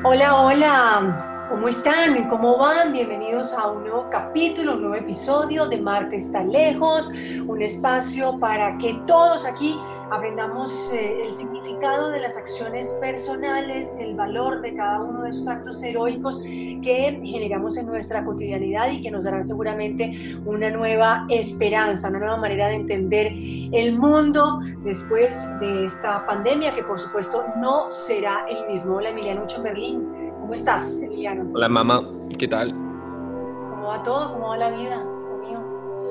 Hola, hola, ¿cómo están? ¿Cómo van? Bienvenidos a un nuevo capítulo, un nuevo episodio de Marte está lejos, un espacio para que todos aquí aprendamos el significado de las acciones personales, el valor de cada uno de esos actos heroicos que generamos en nuestra cotidianidad y que nos darán seguramente una nueva esperanza, una nueva manera de entender el mundo después de esta pandemia que por supuesto no será el mismo. Hola Emiliano Chamberlain, ¿cómo estás, Emiliano? Hola mamá, ¿qué tal? ¿Cómo va todo? ¿Cómo va la vida, hijo mío?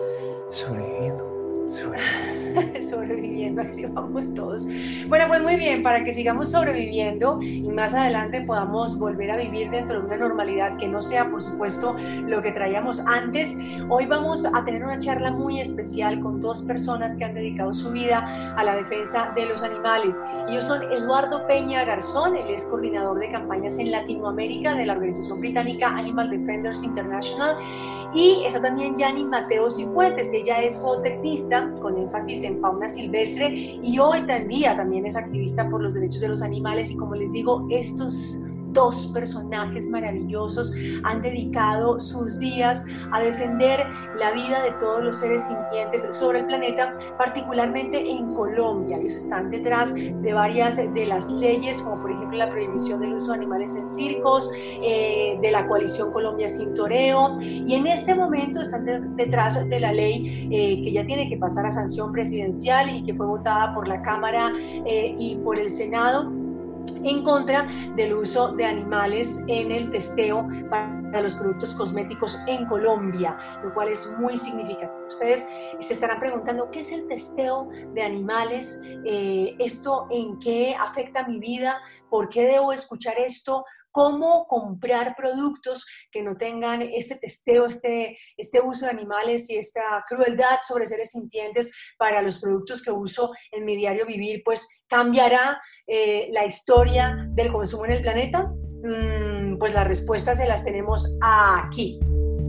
Sobreviviendo. Sobreviviendo, así vamos todos. Bueno, pues muy bien, para que sigamos sobreviviendo y más adelante podamos volver a vivir dentro de una normalidad que no sea, por supuesto, lo que traíamos antes, hoy vamos a tener una charla muy especial con dos personas que han dedicado su vida a la defensa de los animales. Ellos son Eduardo Peña Garzón, él es coordinador de campañas en Latinoamérica de la organización británica Animal Defenders International, y está también Yani Mateo Cifuentes, ella es zootecnista con énfasis en fauna silvestre y hoy en día también es activista por los derechos de los animales. Y como les digo, estos dos personajes maravillosos han dedicado sus días a defender la vida de todos los seres sintientes sobre el planeta, particularmente en Colombia. Ellos están detrás de varias de las leyes, como por ejemplo la prohibición del uso de animales en circos, de la coalición Colombia Sin Toreo, y en este momento están detrás de la ley que ya tiene que pasar a sanción presidencial y que fue votada por la Cámara y por el Senado en contra del uso de animales en el testeo para los productos cosméticos en Colombia, lo cual es muy significativo. Ustedes se estarán preguntando, ¿qué es el testeo de animales? ¿Esto en qué afecta mi vida? ¿Por qué debo escuchar esto? ¿Cómo comprar productos que no tengan este testeo, este uso de animales y esta crueldad sobre seres sintientes para los productos que uso en mi diario vivir? Pues cambiará la historia del consumo en el planeta. Pues las respuestas se las tenemos aquí.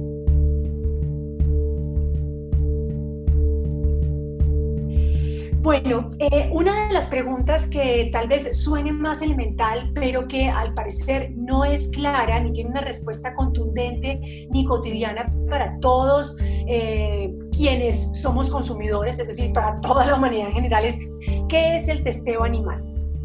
Bueno, una de las preguntas que tal vez suene más elemental, pero que al parecer no es clara, ni tiene una respuesta contundente, ni cotidiana para todos quienes somos consumidores, es decir, para toda la humanidad en general, es ¿qué es el testeo animal?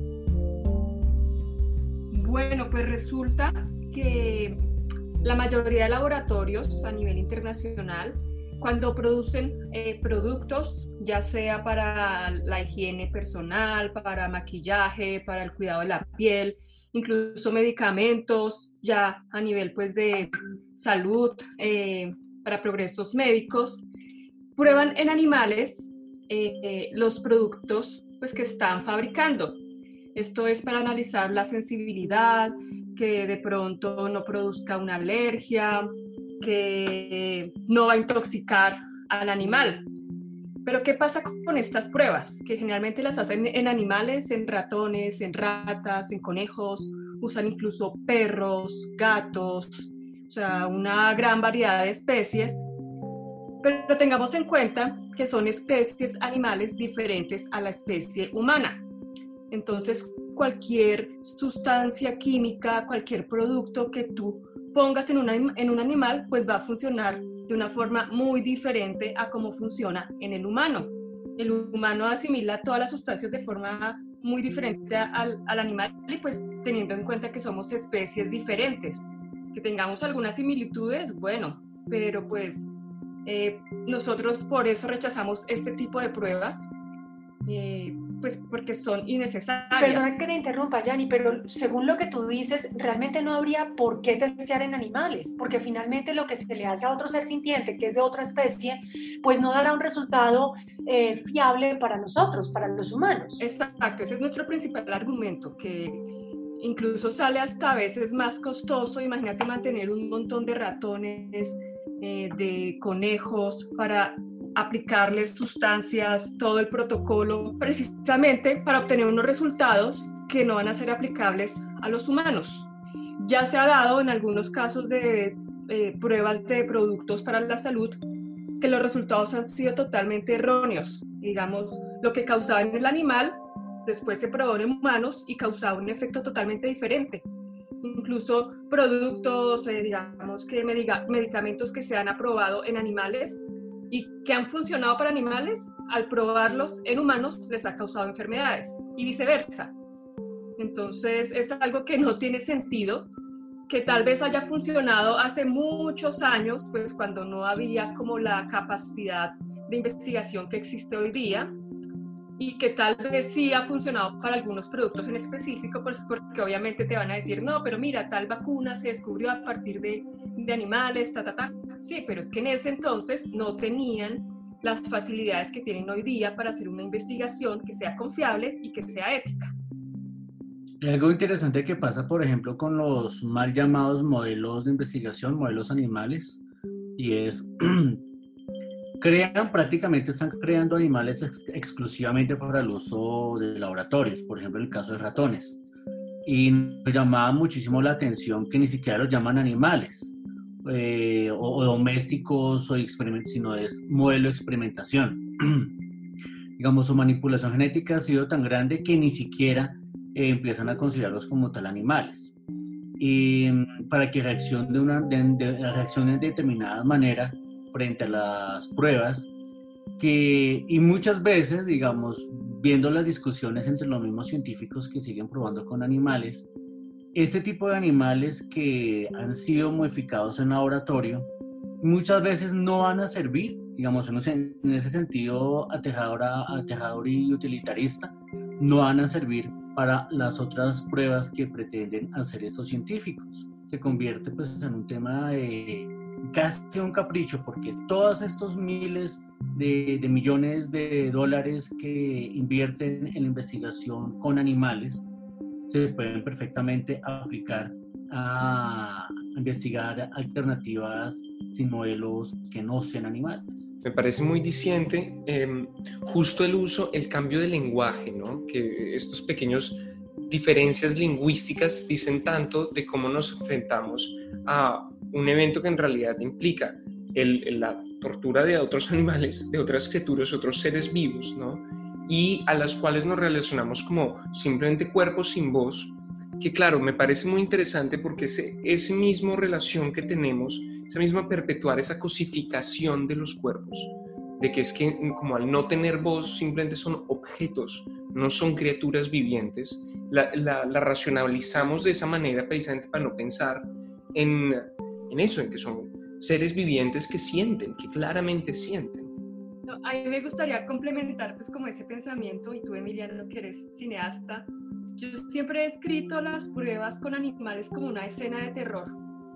Bueno, pues resulta que la mayoría de laboratorios a nivel internacional, cuando producen productos, ya sea para la higiene personal, para maquillaje, para el cuidado de la piel, incluso medicamentos, ya a nivel pues de salud, para progresos médicos, prueban en animales los productos pues, que están fabricando. Esto es para analizar la sensibilidad, que de pronto no produzca una alergia, que no va a intoxicar al animal. Pero ¿qué pasa con estas pruebas? Que generalmente las hacen en animales, en ratones, en ratas, en conejos, usan incluso perros, gatos, o sea, una gran variedad de especies. Pero tengamos en cuenta que son especies animales diferentes a la especie humana. Entonces, cualquier sustancia química, cualquier producto que tú pongas en un animal, pues va a funcionar de una forma muy diferente a cómo funciona en el humano. El humano asimila todas las sustancias de forma muy diferente al animal y pues teniendo en cuenta que somos especies diferentes. Que tengamos algunas similitudes, bueno, pero pues nosotros por eso rechazamos este tipo de pruebas, pues porque son innecesarias. Perdona que te interrumpa, Yanni, pero según lo que tú dices, realmente no habría por qué testear en animales, porque finalmente lo que se le hace a otro ser sintiente, que es de otra especie, pues no dará un resultado fiable para nosotros, para los humanos. Exacto, ese es nuestro principal argumento, que incluso sale hasta a veces más costoso. Imagínate mantener un montón de ratones, de conejos, para aplicarles sustancias, todo el protocolo, precisamente para obtener unos resultados que no van a ser aplicables a los humanos. Ya se ha dado en algunos casos de pruebas de productos para la salud que los resultados han sido totalmente erróneos. Digamos, lo que causaba en el animal, después se probó en humanos y causaba un efecto totalmente diferente. incluso productos, digamos que medicamentos que se han aprobado en animales y que han funcionado para animales, al probarlos en humanos les ha causado enfermedades y viceversa. Entonces es algo que no tiene sentido, que tal vez haya funcionado hace muchos años, pues cuando no había como la capacidad de investigación que existe hoy día, y que tal vez sí ha funcionado para algunos productos en específico, pues porque obviamente te van a decir, no, pero mira, tal vacuna se descubrió a partir de animales, Sí, pero es que en ese entonces no tenían las facilidades que tienen hoy día para hacer una investigación que sea confiable y que sea ética. Hay algo interesante que pasa, por ejemplo, con los mal llamados modelos de investigación, modelos animales, y es están creando animales exclusivamente para el uso de laboratorios, por ejemplo, en el caso de ratones. Y nos llamaba muchísimo la atención que ni siquiera los llaman animales, o domésticos, sino es modelo de experimentación. Digamos, su manipulación genética ha sido tan grande que ni siquiera empiezan a considerarlos como tal animales. Y para que reaccionen de determinada manera frente a las pruebas, y muchas veces, digamos, viendo las discusiones entre los mismos científicos que siguen probando con animales, este tipo de animales que han sido modificados en laboratorio, muchas veces no van a servir, digamos, en ese sentido aterrador y utilitarista, no van a servir para las otras pruebas que pretenden hacer esos científicos. Se convierte pues en un tema de casi un capricho, porque todos estos miles de millones de dólares que invierten en la investigación con animales se pueden perfectamente aplicar a investigar alternativas sin modelos que no sean animales. Me parece muy diciente justo el cambio de lenguaje, ¿no? Que estos pequeños diferencias lingüísticas dicen tanto de cómo nos enfrentamos a un evento que en realidad implica la tortura de otros animales, de otras criaturas, otros seres vivos, ¿no? Y a las cuales nos relacionamos como simplemente cuerpos sin voz, que claro, me parece muy interesante porque ese mismo relación que tenemos, esa misma perpetuar esa cosificación de los cuerpos, de que es que como al no tener voz simplemente son objetos, no son criaturas vivientes, la racionalizamos de esa manera precisamente para no pensar en eso, en que son seres vivientes que sienten, que claramente sienten. No, a mí me gustaría complementar pues como ese pensamiento, y tú, Emiliano, que eres cineasta, yo siempre he escrito las pruebas con animales como una escena de terror.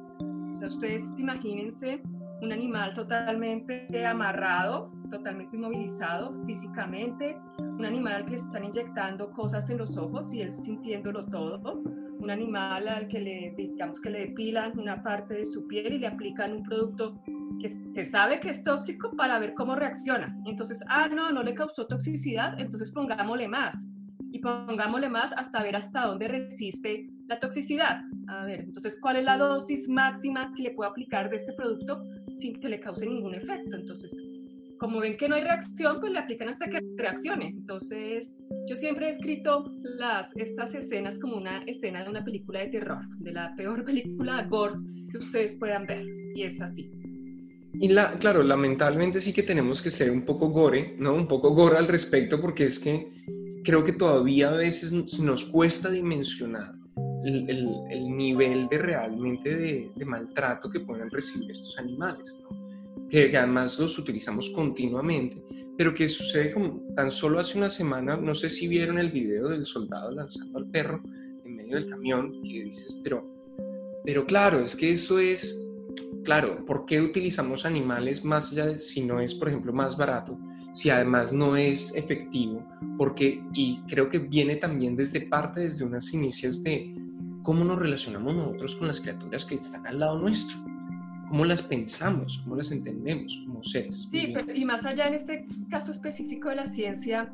O sea, ustedes imagínense un animal totalmente amarrado, totalmente inmovilizado físicamente, un animal al que le están inyectando cosas en los ojos y él sintiéndolo todo, un animal al que le depilan una parte de su piel y le aplican un producto que se sabe que es tóxico para ver cómo reacciona. Entonces, no le causó toxicidad, entonces pongámosle más. Y pongámosle más hasta ver hasta dónde resiste la toxicidad. A ver, entonces, ¿cuál es la dosis máxima que le puedo aplicar de este producto sin que le cause ningún efecto? Entonces, como ven que no hay reacción, pues le aplican hasta que reaccione. Entonces, yo siempre he escrito estas escenas como una escena de una película de terror, de la peor película gore que ustedes puedan ver, y es así. Y claro, lamentablemente sí que tenemos que ser un poco gore, ¿no? Un poco gore al respecto, porque es que creo que todavía a veces nos cuesta dimensionar el nivel de realmente de maltrato que pueden recibir estos animales, ¿no? Que además los utilizamos continuamente, pero que sucede como tan solo hace una semana. No sé si vieron el video del soldado lanzando al perro en medio del camión, que dices, pero claro, es que eso es, claro, ¿por qué utilizamos animales más allá de si no es, por ejemplo, más barato? Si además no es efectivo, y creo que viene también desde unas inicios de cómo nos relacionamos nosotros con las criaturas que están al lado nuestro, cómo las pensamos, cómo las entendemos como seres. Sí, y más allá en este caso específico de la ciencia,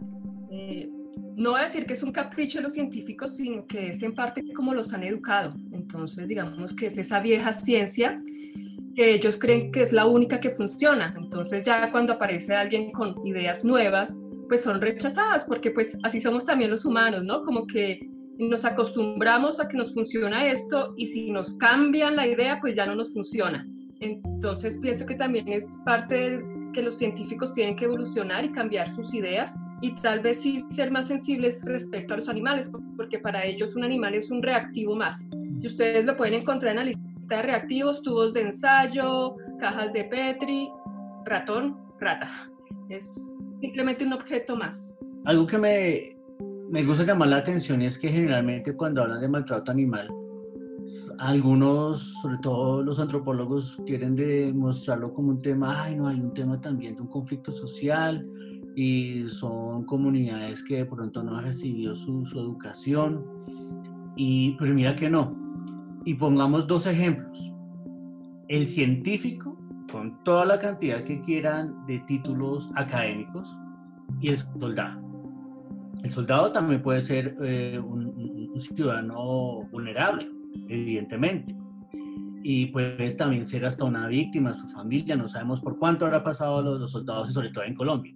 no voy a decir que es un capricho de los científicos, sino que es en parte como los han educado. Entonces, digamos que es esa vieja ciencia que ellos creen que es la única que funciona. Entonces ya cuando aparece alguien con ideas nuevas, pues son rechazadas, porque pues así somos también los humanos, ¿no? Como que y nos acostumbramos a que nos funciona esto y si nos cambian la idea, pues ya no nos funciona. Entonces pienso que también es parte de que los científicos tienen que evolucionar y cambiar sus ideas y tal vez sí ser más sensibles respecto a los animales, porque para ellos un animal es un reactivo más. Y ustedes lo pueden encontrar en la lista de reactivos, tubos de ensayo, cajas de Petri, ratón, rata. Es simplemente un objeto más. Algo que me gusta llamar la atención es que generalmente cuando hablan de maltrato animal, algunos, sobre todo los antropólogos, quieren demostrarlo como un tema, no, hay un tema también de un conflicto social y son comunidades que de pronto no han recibido su educación y pues mira que no. Y pongamos dos ejemplos. El científico, con toda la cantidad que quieran de títulos académicos, y el soldado. El soldado también puede ser un ciudadano vulnerable, evidentemente, y puede también ser hasta una víctima, su familia, no sabemos por cuánto habrá pasado los soldados y sobre todo en Colombia.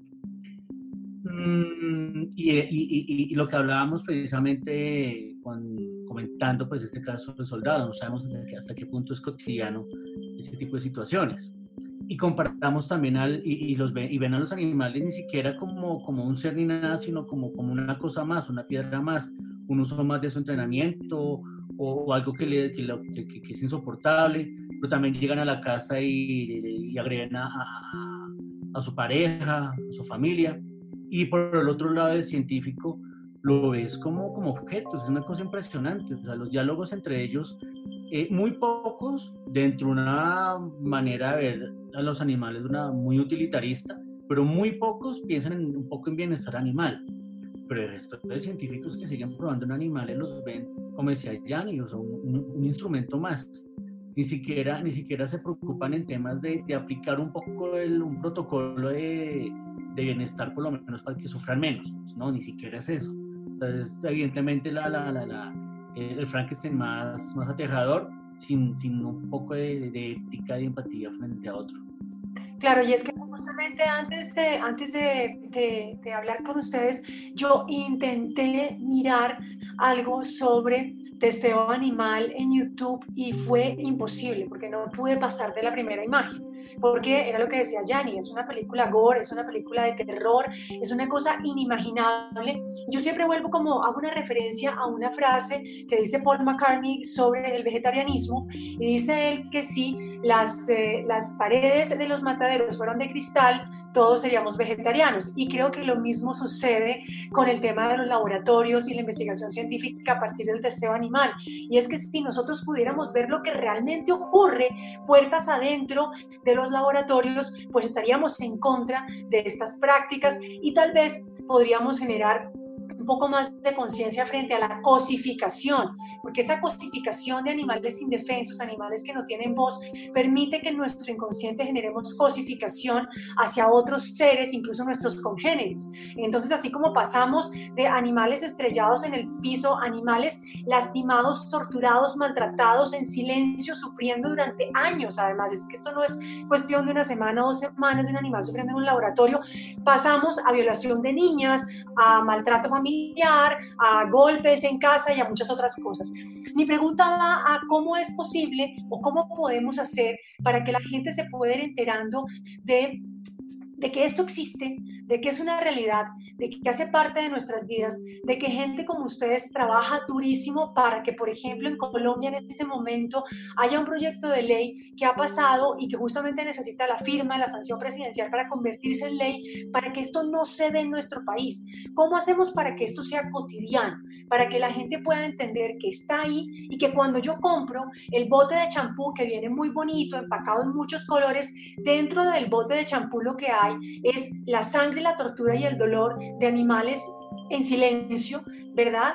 Y lo que hablábamos precisamente comentando pues este caso del soldado, no sabemos hasta qué punto es cotidiano ese tipo de situaciones. Y comparamos también ven a los animales ni siquiera como un ser ni nada, sino como una cosa más, una piedra más, un uso más de su entrenamiento o algo que es insoportable, pero también llegan a la casa y agreden a su pareja, a su familia. Y por el otro lado, el científico lo ves como objetos, es una cosa impresionante. O sea, los diálogos entre ellos, muy pocos dentro de una manera de ver a los animales muy utilitarista, pero muy pocos piensan un poco en bienestar animal. Pero el resto de científicos que siguen probando en animales los ven, como decía Gianni, o sea, un instrumento más. Ni siquiera se preocupan en temas de aplicar un poco un protocolo de bienestar, por lo menos para que sufran menos. No, ni siquiera es eso. Entonces, evidentemente, el Frankenstein más aterrador, sin un poco de ética y empatía frente a otro. Claro, y es que justamente antes de hablar con ustedes, yo intenté mirar algo sobre testeo animal en YouTube y fue imposible porque no pude pasar de la primera imagen, porque era lo que decía Gianni, es una película gore, es una película de terror, es una cosa inimaginable. Yo siempre hago una referencia a una frase que dice Paul McCartney sobre el vegetarianismo y dice él que si las paredes de los mataderos fueran de cristal, todos seríamos vegetarianos, y creo que lo mismo sucede con el tema de los laboratorios y la investigación científica a partir del testeo animal, y es que si nosotros pudiéramos ver lo que realmente ocurre puertas adentro de los laboratorios, pues estaríamos en contra de estas prácticas y tal vez podríamos generar un poco más de conciencia frente a la cosificación, porque esa cosificación de animales indefensos, animales que no tienen voz, permite que en nuestro inconsciente generemos cosificación hacia otros seres, incluso nuestros congéneres. Entonces, así como pasamos de animales estrellados en el piso, animales lastimados, torturados, maltratados, en silencio, sufriendo durante años, además, es que esto no es cuestión de una semana o 2 semanas de un animal sufriendo en un laboratorio, pasamos a violación de niñas, a maltrato familiar, a golpes en casa y a muchas otras cosas. Mi pregunta va a cómo es posible o cómo podemos hacer para que la gente se pueda ir enterando de que esto existe, de que es una realidad, de que hace parte de nuestras vidas, de que gente como ustedes trabaja durísimo para que, por ejemplo, en Colombia en este momento haya un proyecto de ley que ha pasado y que justamente necesita la firma, la sanción presidencial para convertirse en ley, para que esto no se dé en nuestro país. ¿Cómo hacemos para que esto sea cotidiano? Para que la gente pueda entender que está ahí y que cuando yo compro el bote de champú que viene muy bonito, empacado en muchos colores, dentro del bote de champú lo que hay es la sangre, la tortura y el dolor de animales en silencio, ¿verdad?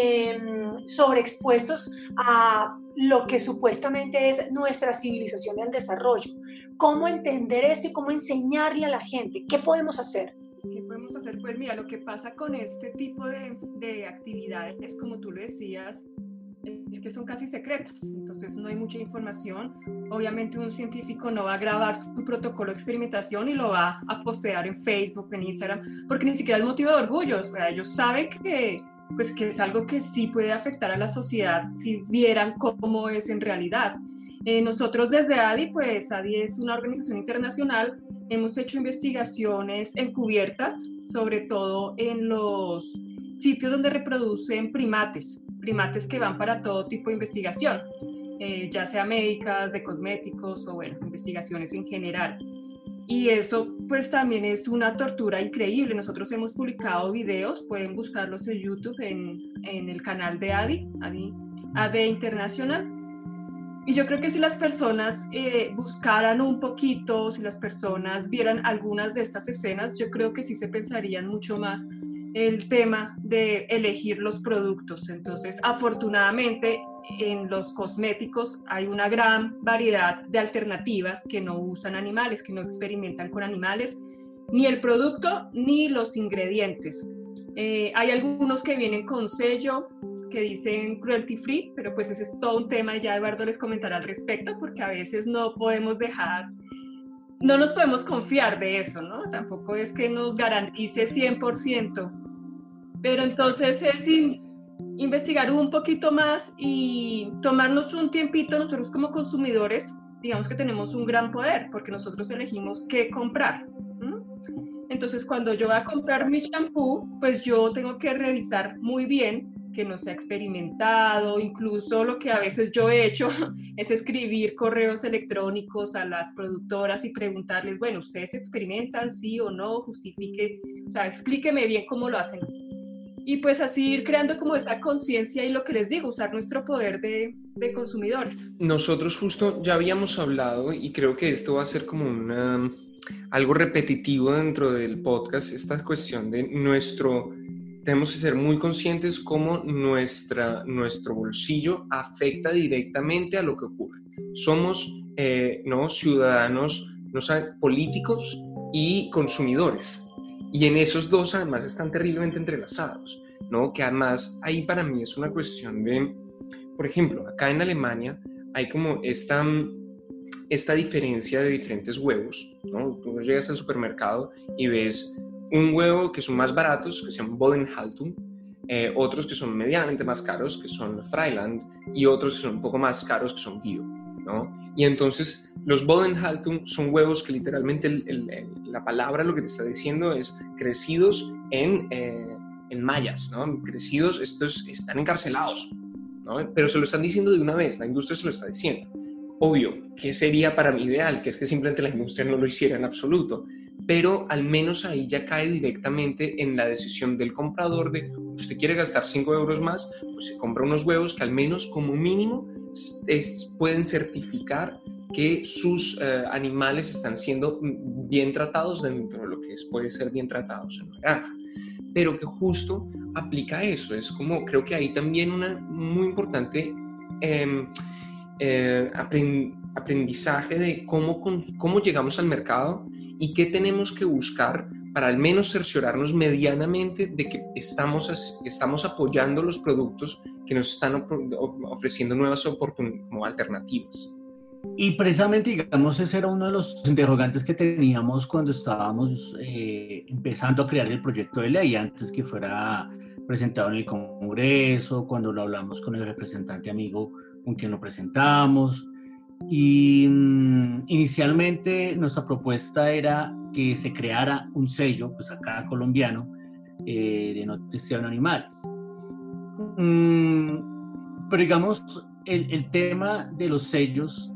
Sobreexpuestos a lo que supuestamente es nuestra civilización y el desarrollo. ¿Cómo entender esto y cómo enseñarle a la gente? ¿Qué podemos hacer? ¿Qué podemos hacer? Pues mira, lo que pasa con este tipo de actividades, como tú lo decías, es que son casi secretas, entonces no hay mucha información. Obviamente un científico no va a grabar su protocolo de experimentación y lo va a postear en Facebook, en Instagram, porque ni siquiera es motivo de orgullo. O sea, ellos saben que pues que es algo que sí puede afectar a la sociedad si vieran cómo es en realidad. Nosotros desde ADI, pues ADI es una organización internacional, hemos hecho investigaciones encubiertas, sobre todo en los sitios donde reproducen primates que van para todo tipo de investigación, ya sea médicas, de cosméticos o bueno, investigaciones en general. Y eso pues también es una tortura increíble. Nosotros hemos publicado videos, pueden buscarlos en YouTube, en el canal de ADI Internacional. Y yo creo que si las personas buscaran un poquito, si las personas vieran algunas de estas escenas, yo creo que sí se pensarían mucho más el tema de elegir los productos. Entonces, afortunadamente, en los cosméticos hay una gran variedad de alternativas que no usan animales, que no experimentan con animales, ni el producto ni los ingredientes. Hay algunos que vienen con sello, que dicen cruelty free, pero pues ese es todo un tema y ya Eduardo les comentará al respecto, porque a veces no nos podemos confiar de eso, ¿no? Tampoco es que nos garantice 100%, pero entonces es investigar un poquito más y tomarnos un tiempito nosotros como consumidores. Digamos que tenemos un gran poder, porque nosotros elegimos qué comprar. Entonces, cuando yo voy a comprar mi shampoo, pues yo tengo que revisar muy bien que no sea experimentado. Incluso lo que a veces yo he hecho es escribir correos electrónicos a las productoras y preguntarles, bueno, ¿ustedes experimentan, sí o no? Justifique, o sea, explíqueme bien cómo lo hacen. Y pues así ir creando como esa conciencia y lo que les digo, usar nuestro poder de consumidores. Nosotros justo ya habíamos hablado y creo que esto va a ser como algo repetitivo dentro del podcast, esta cuestión de tenemos que ser muy conscientes cómo nuestro bolsillo afecta directamente a lo que ocurre. Somos ¿no? ciudadanos, no saben, políticos y consumidores. Y en esos dos además están terriblemente entrelazados, ¿no? Que además ahí para mí es una cuestión de, por ejemplo, acá en Alemania hay como esta diferencia de diferentes huevos, ¿no? Tú llegas al supermercado y ves un huevo que son más baratos, que se llaman Bodenhaltung, otros que son medianamente más caros, que son Freiland, y otros que son un poco más caros, que son Bio, ¿no? Y entonces los Bodenhaltung son huevos que literalmente la palabra lo que te está diciendo es crecidos en mallas, ¿no? Crecidos, estos están encarcelados, ¿no? Pero se lo están diciendo de una vez, la industria se lo está diciendo. Obvio, ¿qué sería para mí ideal? Que es que simplemente la industria no lo hiciera en absoluto, pero al menos ahí ya cae directamente en la decisión del comprador de usted quiere gastar 5 euros más, pues se compra unos huevos que al menos como mínimo pueden certificar que sus animales están siendo bien tratados dentro de lo que puede ser bien tratados en una granja, pero que justo aplica eso. Es como, creo que hay también una muy importante aprendizaje de cómo llegamos al mercado y qué tenemos que buscar para al menos cerciorarnos medianamente de que estamos apoyando los productos que nos están ofreciendo nuevas oportunidades como alternativas. Y precisamente, digamos, ese era uno de los interrogantes que teníamos cuando estábamos empezando a crear el proyecto de ley, antes que fuera presentado en el Congreso, cuando lo hablamos con el representante amigo con quien lo presentamos. Y inicialmente nuestra propuesta era que se creara un sello, pues acá colombiano, de no testeo en animales. Pero digamos, el tema de los sellos,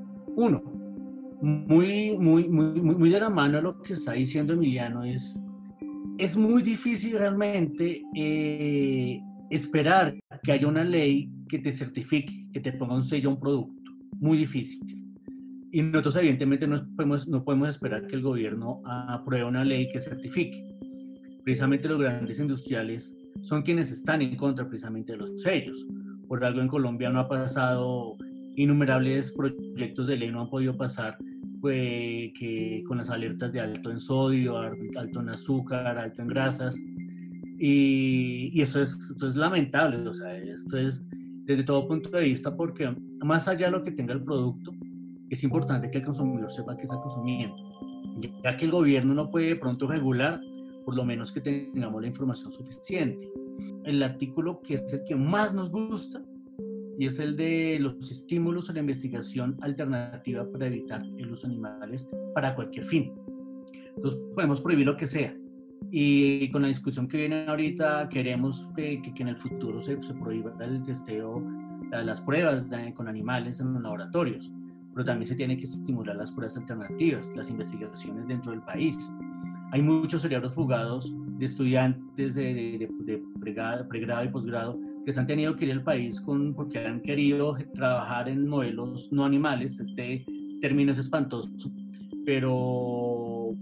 muy de la mano de lo que está diciendo Emiliano, es muy difícil realmente esperar que haya una ley que te certifique, que te ponga un sello a un producto. Muy difícil. Y nosotros evidentemente no podemos esperar que el gobierno apruebe una ley que certifique. Precisamente los grandes industriales son quienes están en contra precisamente de los sellos. Por algo en Colombia no ha pasado, innumerables proyectos de ley no han podido pasar, pues, que con las alertas de alto en sodio, alto en azúcar, alto en grasas. Y eso es lamentable, o sea, esto es desde todo punto de vista, porque más allá de lo que tenga el producto, es importante que el consumidor sepa qué está consumiendo. Ya que el gobierno no puede de pronto regular, por lo menos que tengamos la información suficiente. el artículo que es el que más nos gusta, y es el de los estímulos a la investigación alternativa para evitar el uso de animales para cualquier fin. Entonces podemos prohibir lo que sea. Y con la discusión que viene ahorita, queremos que en el futuro se prohíba el testeo, las pruebas con animales en los laboratorios, pero también se tiene que estimular las pruebas alternativas, las investigaciones dentro del país. Hay muchos cerebros fugados de estudiantes de pregrado y posgrado que se han tenido que ir al país porque han querido trabajar en modelos no animales. Este término es espantoso, pero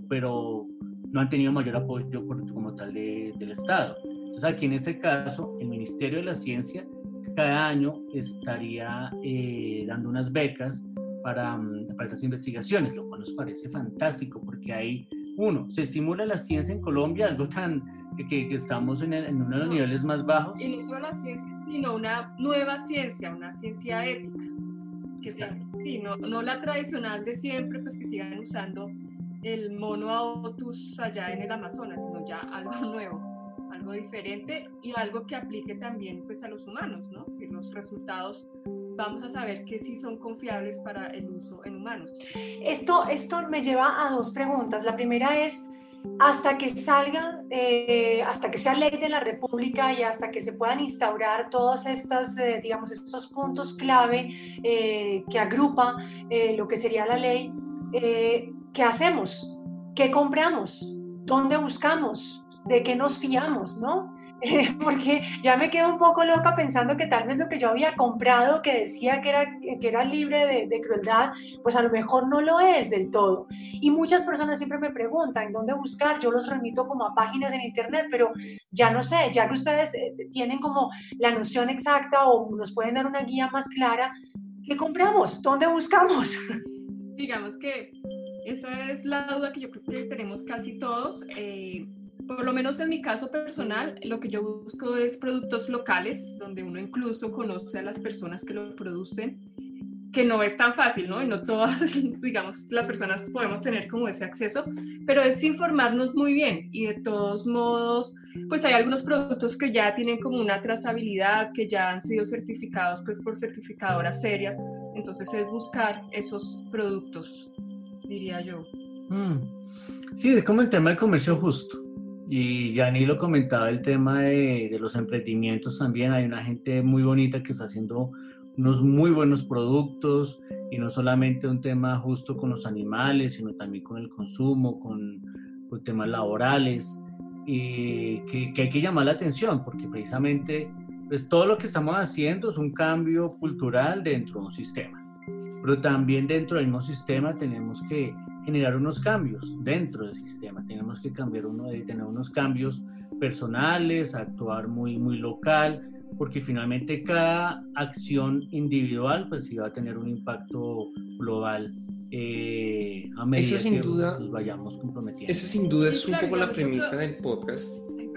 no han tenido mayor apoyo como tal del Estado. Entonces aquí en este caso el Ministerio de la Ciencia cada año estaría dando unas becas para esas investigaciones, lo cual nos parece fantástico porque ahí, se estimula la ciencia en Colombia, algo que estamos en uno de los niveles más bajos. Y no solo la ciencia, sino una nueva ciencia, una ciencia ética, que sí, no la tradicional de siempre, pues que sigan usando el mono aotus allá en el Amazonas, sino ya algo nuevo, algo diferente y algo que aplique también pues a los humanos, ¿no? Que los resultados vamos a saber que sí son confiables para el uso en humanos. Esto me lleva a dos preguntas. La primera es, hasta que salga, hasta que sea ley de la República y hasta que se puedan instaurar todas estas, digamos, estos puntos clave que agrupa lo que sería la ley, ¿qué hacemos? ¿Qué compramos? ¿Dónde buscamos? ¿De qué nos fiamos? ¿No? Porque ya me quedo un poco loca pensando que tal vez lo que yo había comprado que decía que era libre de crueldad, pues a lo mejor no lo es del todo. Y muchas personas siempre me preguntan dónde buscar, yo los remito como a páginas en internet, pero ya no sé, ya que ustedes tienen como la noción exacta o nos pueden dar una guía más clara, ¿qué compramos? ¿Dónde buscamos? Digamos que esa es la duda que yo creo que tenemos casi todos. Por lo menos en mi caso personal, lo que yo busco es productos locales, donde uno incluso conoce a las personas que lo producen, que no es tan fácil, ¿no? Y no todas, digamos, las personas podemos tener como ese acceso, pero es informarnos muy bien y de todos modos, pues hay algunos productos que ya tienen como una trazabilidad, que ya han sido certificados pues por certificadoras serias, entonces es buscar esos productos, diría yo. Sí, es como el tema del comercio justo. Y Yani lo comentaba, el tema de los emprendimientos también. Hay una gente muy bonita que está haciendo unos muy buenos productos y no solamente un tema justo con los animales, sino también con el consumo, con temas laborales, y que hay que llamar la atención porque precisamente pues, todo lo que estamos haciendo es un cambio cultural dentro de un sistema. Pero también dentro del mismo sistema tenemos que generar unos cambios dentro del sistema, tenemos que tener unos cambios personales, actuar muy local, porque finalmente cada acción individual pues sí va a tener un impacto global a medida que nos vayamos comprometiendo. Esa sin duda es un poco la premisa del podcast.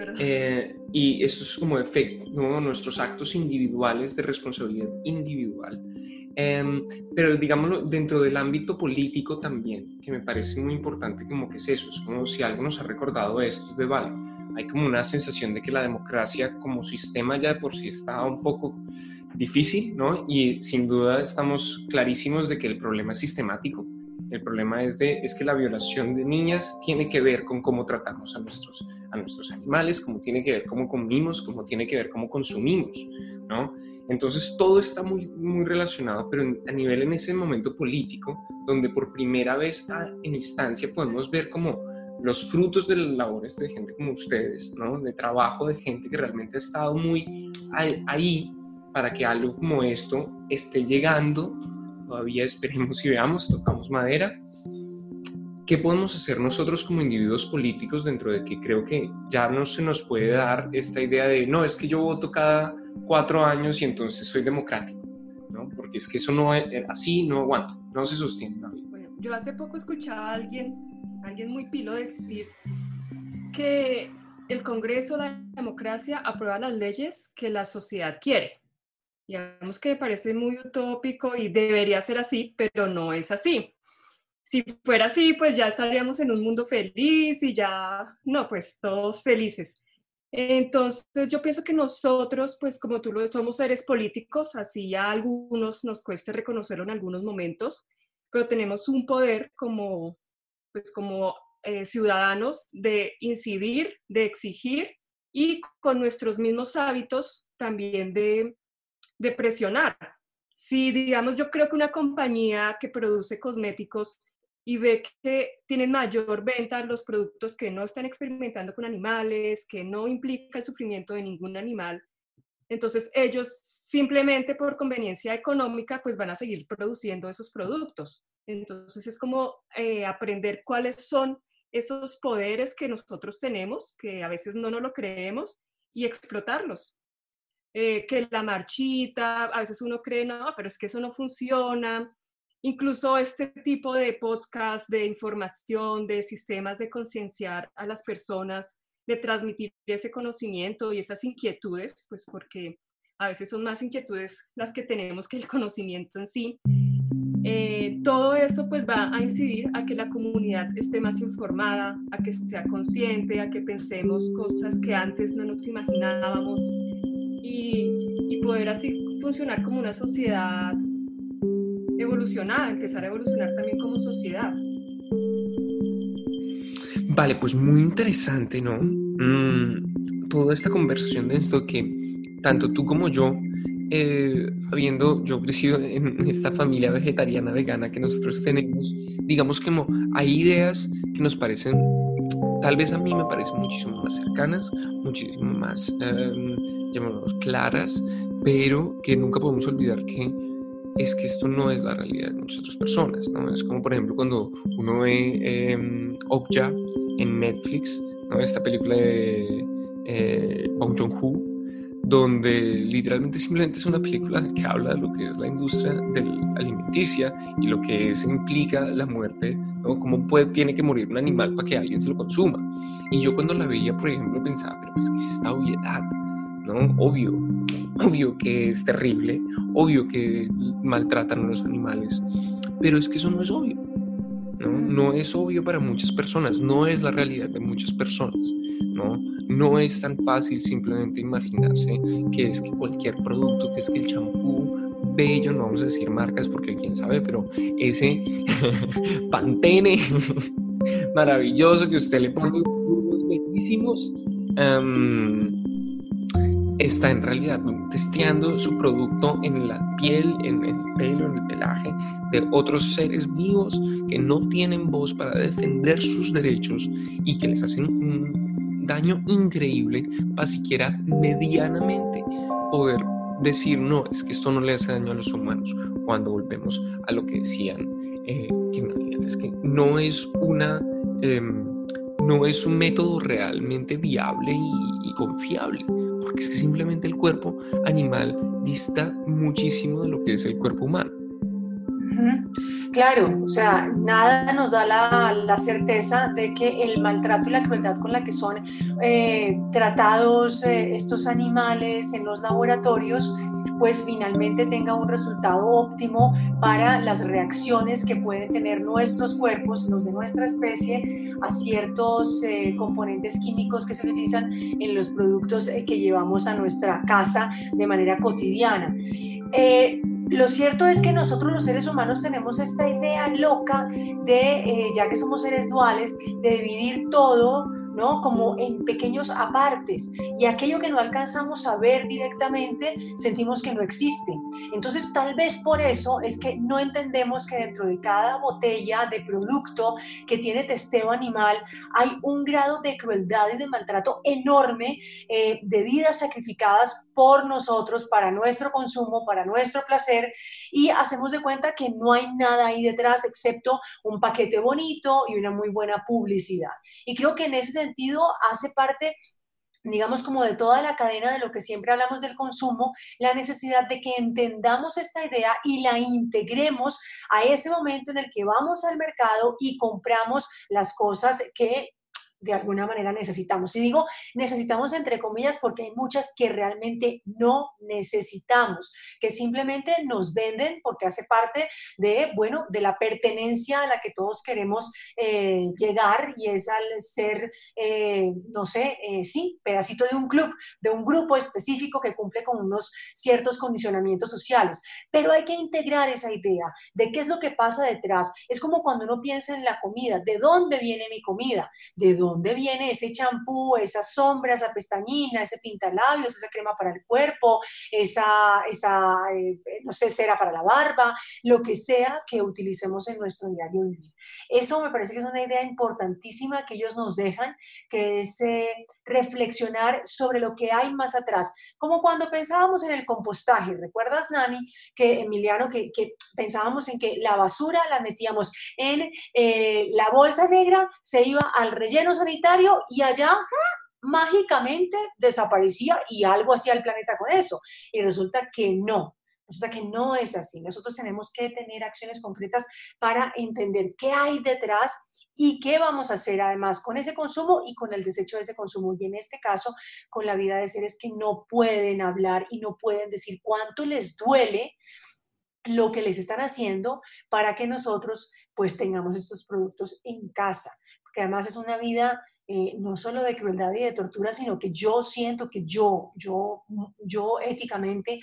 Y eso es como efecto, ¿no? Nuestros actos individuales de responsabilidad individual. Pero digámoslo dentro del ámbito político también, que me parece muy importante, como que es eso, es como si algo nos ha recordado esto, es de vale, hay como una sensación de que la democracia como sistema ya de por sí está un poco difícil, ¿no? Y sin duda estamos clarísimos de que el problema es sistemático. El problema es que la violación de niñas tiene que ver con cómo tratamos a nuestros animales, cómo tiene que ver cómo comimos, cómo tiene que ver cómo consumimos, ¿no? Entonces todo está muy relacionado, pero a nivel en ese momento político, donde por primera vez en instancia podemos ver como los frutos de las labores de gente como ustedes, ¿no? De trabajo de gente que realmente ha estado muy ahí para que algo como esto esté llegando. Todavía esperemos y veamos, tocamos madera. ¿Qué podemos hacer nosotros como individuos políticos dentro de que creo que ya no se nos puede dar esta idea de no, es que yo voto cada 4 años y entonces soy democrático, ¿no? Porque es que eso no es así, no aguanta, no se sostiene. Bueno, yo hace poco escuchaba a alguien muy pilo decir que el Congreso, la democracia, aprueba las leyes que la sociedad quiere. Digamos que me parece muy utópico y debería ser así, pero no es así. Si fuera así, pues ya estaríamos en un mundo feliz y ya, no, pues todos felices. Entonces yo pienso que nosotros, pues como tú lo somos seres políticos, así a algunos nos cueste reconocerlo en algunos momentos, pero tenemos un poder como, pues como ciudadanos de incidir, de exigir y con nuestros mismos hábitos también de presionar. Si, digamos, yo creo que una compañía que produce cosméticos y ve que tienen mayor venta los productos que no están experimentando con animales, que no implica el sufrimiento de ningún animal, entonces ellos simplemente por conveniencia económica pues van a seguir produciendo esos productos. Entonces es como aprender cuáles son esos poderes que nosotros tenemos, que a veces no nos lo creemos, y explotarlos. Que la marchita, a veces uno cree, no, pero es que eso no funciona. Incluso este tipo de podcast, de información, de sistemas de concienciar a las personas, de transmitir ese conocimiento y esas inquietudes, pues porque a veces son más inquietudes las que tenemos que el conocimiento en sí. Todo eso pues va a incidir a que la comunidad esté más informada, a que sea consciente, a que pensemos cosas que antes no nos imaginábamos y poder así funcionar como una sociedad evolucionada, empezar a evolucionar también como sociedad. Vale, pues muy interesante, ¿no? Toda esta conversación de esto que tanto tú como yo, habiendo yo crecido en esta familia vegetariana vegana que nosotros tenemos, digamos que hay ideas que nos parecen, tal vez a mí me parecen muchísimo más cercanas, muchísimo más, llamémoslo, claras, pero que nunca podemos olvidar que es que esto no es la realidad de muchas otras personas, ¿no? Es como, por ejemplo, cuando uno ve Okja en Netflix, ¿no? Esta película de Bong Joon-ho, donde literalmente simplemente es una película que habla de lo que es la industria alimenticia y lo que implica la muerte, ¿no? Cómo tiene que morir un animal para que alguien se lo consuma. Y yo cuando la veía, por ejemplo, pensaba, pero pues, ¿qué es esta obviedad? ¿No? Obvio que es terrible, obvio que maltratan a los animales, pero es que eso no es obvio, ¿no? No es obvio para muchas personas, no es la realidad de muchas personas, ¿no? No es tan fácil simplemente imaginarse que es que cualquier producto, que es que el champú bello, no vamos a decir marcas porque quién sabe, pero ese Pantene maravilloso que usted le pone unos bellísimos, está en realidad testeando su producto en la piel, en el pelo, en el pelaje de otros seres vivos que no tienen voz para defender sus derechos y que les hacen un daño increíble para siquiera medianamente poder decir, no, es que esto no le hace daño a los humanos, cuando volvemos a lo que decían, que en realidad es que no es no es un método realmente viable y confiable, porque es que simplemente el cuerpo animal dista muchísimo de lo que es el cuerpo humano. Claro, o sea, nada nos da la certeza de que el maltrato y la crueldad con la que son tratados estos animales en los laboratorios, pues finalmente tenga un resultado óptimo para las reacciones que pueden tener nuestros cuerpos, los de nuestra especie, a ciertos componentes químicos que se utilizan en los productos que llevamos a nuestra casa de manera cotidiana. Lo cierto es que nosotros los seres humanos tenemos esta idea loca de, ya que somos seres duales, de dividir todo, ¿no? Como en pequeños apartes, y aquello que no alcanzamos a ver directamente sentimos que no existe. Entonces tal vez por eso es que no entendemos que dentro de cada botella de producto que tiene testeo animal hay un grado de crueldad y de maltrato enorme, de vidas sacrificadas por nosotros para nuestro consumo, para nuestro placer, y hacemos de cuenta que no hay nada ahí detrás excepto un paquete bonito y una muy buena publicidad. Y creo que en ese sentido hace parte, digamos, como de toda la cadena de lo que siempre hablamos del consumo, la necesidad de que entendamos esta idea y la integremos a ese momento en el que vamos al mercado y compramos las cosas que de alguna manera necesitamos. Y digo necesitamos entre comillas porque hay muchas que realmente no necesitamos, que simplemente nos venden porque hace parte de, bueno, de la pertenencia a la que todos queremos llegar y es al ser, no sé, sí, pedacito de un club, de un grupo específico que cumple con unos ciertos condicionamientos sociales. Pero hay que integrar esa idea de qué es lo que pasa detrás. Es como cuando uno piensa en la comida, ¿de dónde viene mi comida? ¿De dónde viene ese champú, esa sombra, esa pestañina, ese pintalabios, esa crema para el cuerpo, no sé, cera para la barba, lo que sea que utilicemos en nuestro diario vivir? Eso me parece que es una idea importantísima que ellos nos dejan, que es reflexionar sobre lo que hay más atrás. Como cuando pensábamos en el compostaje, ¿recuerdas, Nani, que Emiliano, que pensábamos en que la basura la metíamos en la bolsa negra, se iba al relleno sanitario y allá mágicamente desaparecía y algo hacía el planeta con eso? Y resulta que no. Resulta que no es así. Nosotros tenemos que tener acciones concretas para entender qué hay detrás y qué vamos a hacer además con ese consumo y con el desecho de ese consumo. Y en este caso, con la vida de seres que no pueden hablar y no pueden decir cuánto les duele lo que les están haciendo para que nosotros pues tengamos estos productos en casa. Porque además es una vida no solo de crueldad y de tortura, sino que yo siento que yo éticamente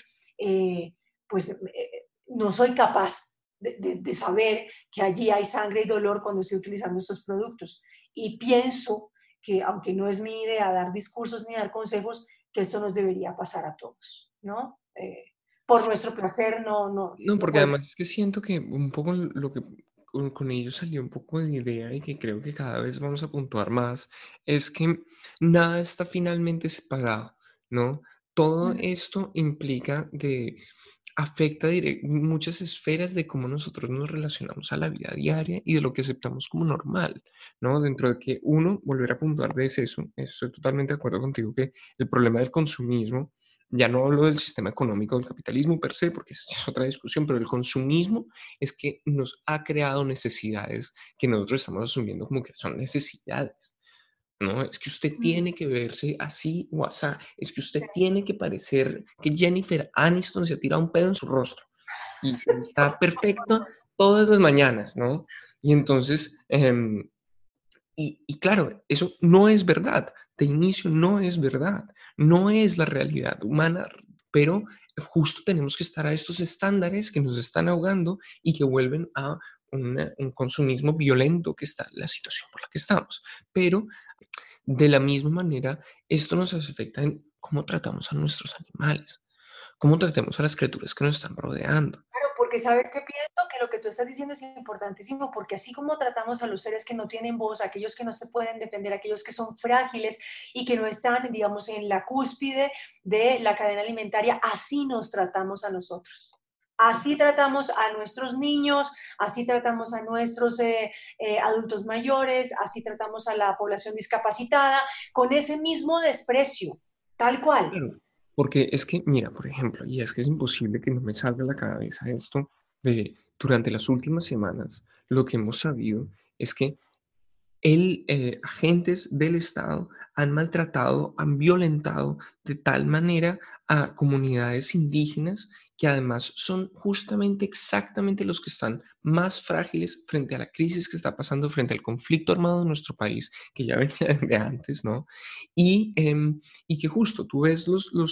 pues no soy capaz de saber que allí hay sangre y dolor cuando estoy utilizando estos productos. Y pienso que, aunque no es mi idea dar discursos ni dar consejos, que esto nos debería pasar a todos, ¿no? Por nuestro placer No, no porque puede ser. además es que siento que un poco lo que con ellos salió un poco de idea y que creo que cada vez vamos a puntuar más, es que nada está finalmente separado, ¿no? Todo esto implica afecta muchas esferas de cómo nosotros nos relacionamos a la vida diaria y de lo que aceptamos como normal, ¿no? Dentro de que uno, volver a puntuar de eso, estoy totalmente de acuerdo contigo que el problema del consumismo, ya no hablo del sistema económico del capitalismo per se, porque es otra discusión, pero el consumismo es que nos ha creado necesidades que nosotros estamos asumiendo como que son necesidades. No, es que usted tiene que verse así o asá, es que usted tiene que parecer que Jennifer Aniston se ha tirado un pedo en su rostro y está perfecto todas las mañanas, ¿no? Y entonces, y claro, eso no es verdad, de inicio no es verdad, no es la realidad humana, pero justo tenemos que estar a estos estándares que nos están ahogando y que vuelven a un consumismo violento que está la situación por la que estamos. Pero de la misma manera, esto nos afecta en cómo tratamos a nuestros animales, cómo tratamos a las criaturas que nos están rodeando. Claro, porque sabes que pienso que lo que tú estás diciendo es importantísimo, porque así como tratamos a los seres que no tienen voz, aquellos que no se pueden defender, aquellos que son frágiles y que no están, digamos, en la cúspide de la cadena alimentaria, así nos tratamos a nosotros. Así tratamos a nuestros niños, así tratamos a nuestros adultos mayores, así tratamos a la población discapacitada, con ese mismo desprecio, tal cual. Claro, porque es que, mira, por ejemplo, y es que es imposible que no me salga a la cabeza esto de durante las últimas semanas, lo que hemos sabido es que agentes del Estado han maltratado, han violentado de tal manera a comunidades indígenas que además son justamente exactamente los que están más frágiles frente a la crisis que está pasando, frente al conflicto armado en nuestro país, que ya venía de antes, ¿no? Y que justo tú ves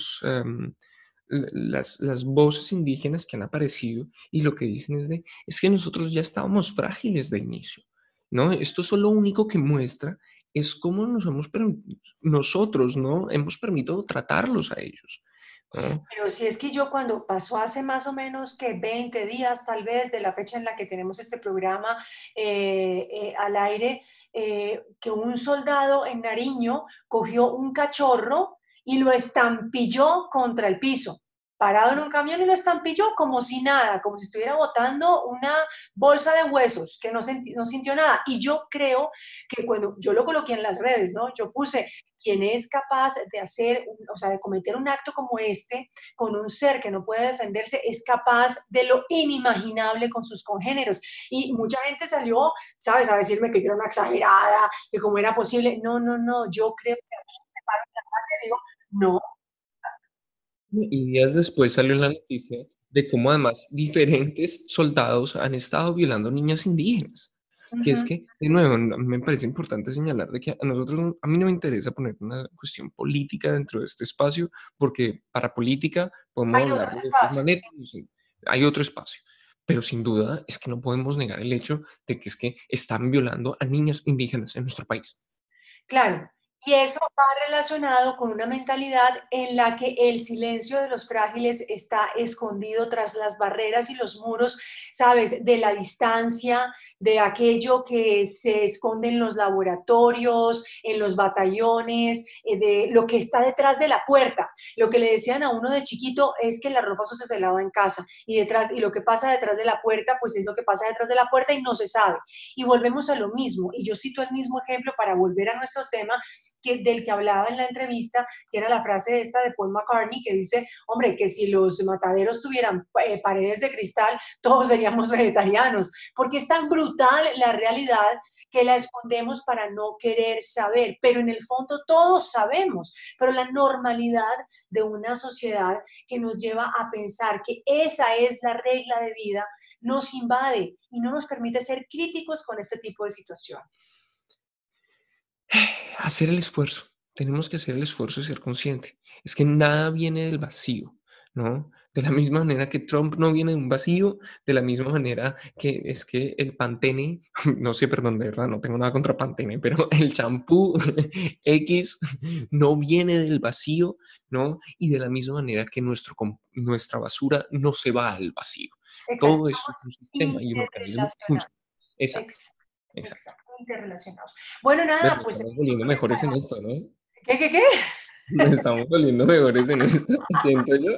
las voces indígenas que han aparecido y lo que dicen es que nosotros ya estábamos frágiles de inicio. ¿No? Esto es lo único que muestra es cómo nosotros, ¿no? Hemos permitido tratarlos a ellos, ¿no? Pero si es que yo cuando pasó hace más o menos que 20 días tal vez de la fecha en la que tenemos este programa al aire, que un soldado en Nariño cogió un cachorro y lo estampilló contra el piso. parado en un camión y lo estampilló como si nada, como si estuviera botando una bolsa de huesos, que no sintió nada. Y yo creo que cuando yo lo coloqué en las redes, ¿no? Yo puse, quien es capaz de hacer, o sea, de cometer un acto como este con un ser que no puede defenderse, es capaz de lo inimaginable con sus congéneros. Y mucha gente salió, ¿sabes?, a decirme que yo era una exagerada, que cómo era posible. No, no, no, yo creo que aquí me paro en la calle y digo, no. Y días después salió la noticia de cómo además diferentes soldados han estado violando niñas indígenas. Que es Ujú. que, de nuevo, me parece importante señalar de que a nosotros, a mí no me interesa poner una cuestión política dentro de este espacio, porque para política podemos Hay hablar otros de otras espacios. maneras, hay otro espacio. Pero sin duda es que no podemos negar el hecho de que es que están violando a niñas indígenas en nuestro país. Claro, y eso va relacionado con una mentalidad en la que el silencio de los frágiles está escondido tras las barreras y los muros, ¿sabes? De la distancia, de aquello que se esconde en los laboratorios, en los batallones, de lo que está detrás de la puerta. Lo que le decían a uno de chiquito es que la ropa sucia se lava en casa y lo que pasa detrás de la puerta, pues es lo que pasa detrás de la puerta y no se sabe. Y volvemos a lo mismo, y yo cito el mismo ejemplo para volver a nuestro tema del que hablaba en la entrevista, que era la frase esta de Paul McCartney, que dice, hombre, que si los mataderos tuvieran paredes de cristal, todos seríamos vegetarianos, porque es tan brutal la realidad que la escondemos para no querer saber, pero en el fondo todos sabemos, pero la normalidad de una sociedad que nos lleva a pensar que esa es la regla de vida, nos invade y no nos permite ser críticos con este tipo de situaciones. Hacer el esfuerzo, tenemos que hacer el esfuerzo de ser consciente. Es que nada viene del vacío, ¿no? De la misma manera que Trump no viene de un vacío, de la misma manera que es que el Pantene, no sé, perdón, de verdad, no tengo nada contra Pantene, pero el champú X no viene del vacío, ¿no? Y de la misma manera que nuestra basura no se va al vacío. Exacto, Todo esto es un estamos sistema y un organismo que interrelacionados. funciona. Exacto, Exacto, exacto. exacto, interrelacionados. Bueno, Nos nada, pues estamos volviendo mejores en esto, ¿no? ¿qué? Nos estamos volviendo mejores en esto, siento yo.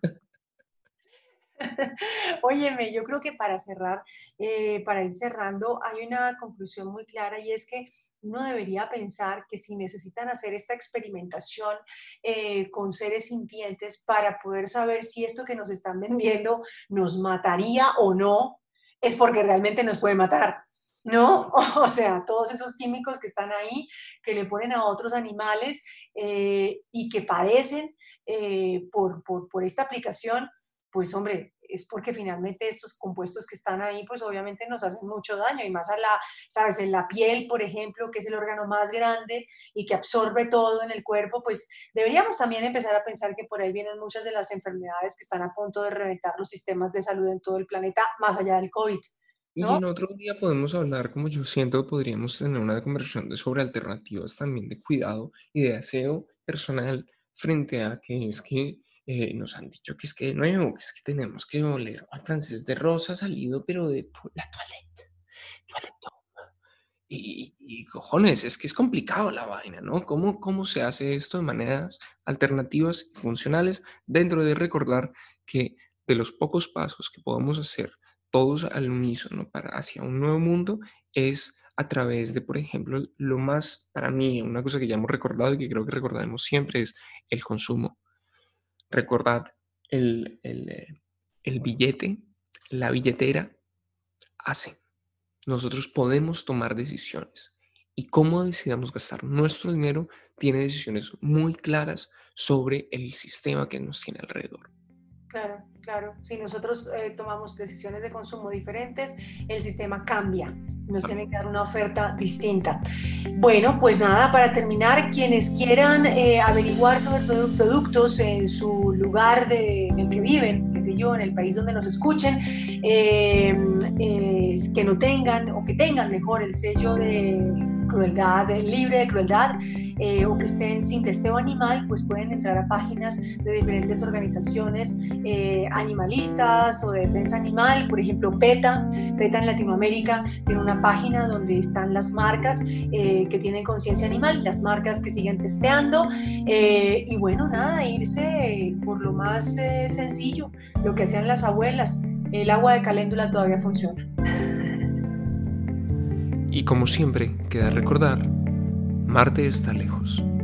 Óyeme, yo creo que para cerrar, para ir cerrando, hay una conclusión muy clara y es que uno debería pensar que si necesitan hacer esta experimentación con seres sintientes para poder saber si esto que nos están vendiendo nos mataría o no, es porque realmente nos puede matar. ¿No? O sea, todos esos químicos que están ahí, que le ponen a otros animales y que padecen por esta aplicación, pues hombre, es porque finalmente estos compuestos que están ahí, pues obviamente nos hacen mucho daño y más sabes, en la piel, por ejemplo, que es el órgano más grande y que absorbe todo en el cuerpo, pues deberíamos también empezar a pensar que por ahí vienen muchas de las enfermedades que están a punto de reventar los sistemas de salud en todo el planeta, más allá del COVID, Y ¿no? en otro día podemos hablar, como yo siento, podríamos tener una conversación sobre alternativas también de cuidado y de aseo personal frente a que es que nos han dicho que es que de nuevo, que es que tenemos que oler al francés de rosa salido, pero de la toilette. Y cojones, es que es complicado la vaina, ¿no? ¿Cómo se hace esto de maneras alternativas y funcionales dentro de recordar que de los pocos pasos que podemos hacer todos al unísono hacia un nuevo mundo es a través de, por ejemplo, lo más, para mí, una cosa que ya hemos recordado y que creo que recordaremos siempre es el consumo. Recordad, el billete, la billetera hace. Nosotros podemos tomar decisiones y cómo decidamos gastar nuestro dinero tiene decisiones muy claras sobre el sistema que nos tiene alrededor. Claro, claro. Si nosotros tomamos decisiones de consumo diferentes, el sistema cambia. Nos tiene que dar una oferta distinta. Bueno, pues nada, para terminar, quienes quieran averiguar sobre productos en su lugar en el que viven, qué sé yo, en el país donde nos escuchen, que no tengan o que tengan mejor el sello de crueldad, libre de crueldad, o que estén sin testeo animal, pues pueden entrar a páginas de diferentes organizaciones animalistas o de defensa animal. Por ejemplo, PETA en Latinoamérica tiene una página donde están las marcas que tienen conciencia animal, las marcas que siguen testeando, y bueno, nada, irse por lo más sencillo, lo que hacían las abuelas. El agua de caléndula todavía funciona. Y como siempre, queda recordar, Marte está lejos.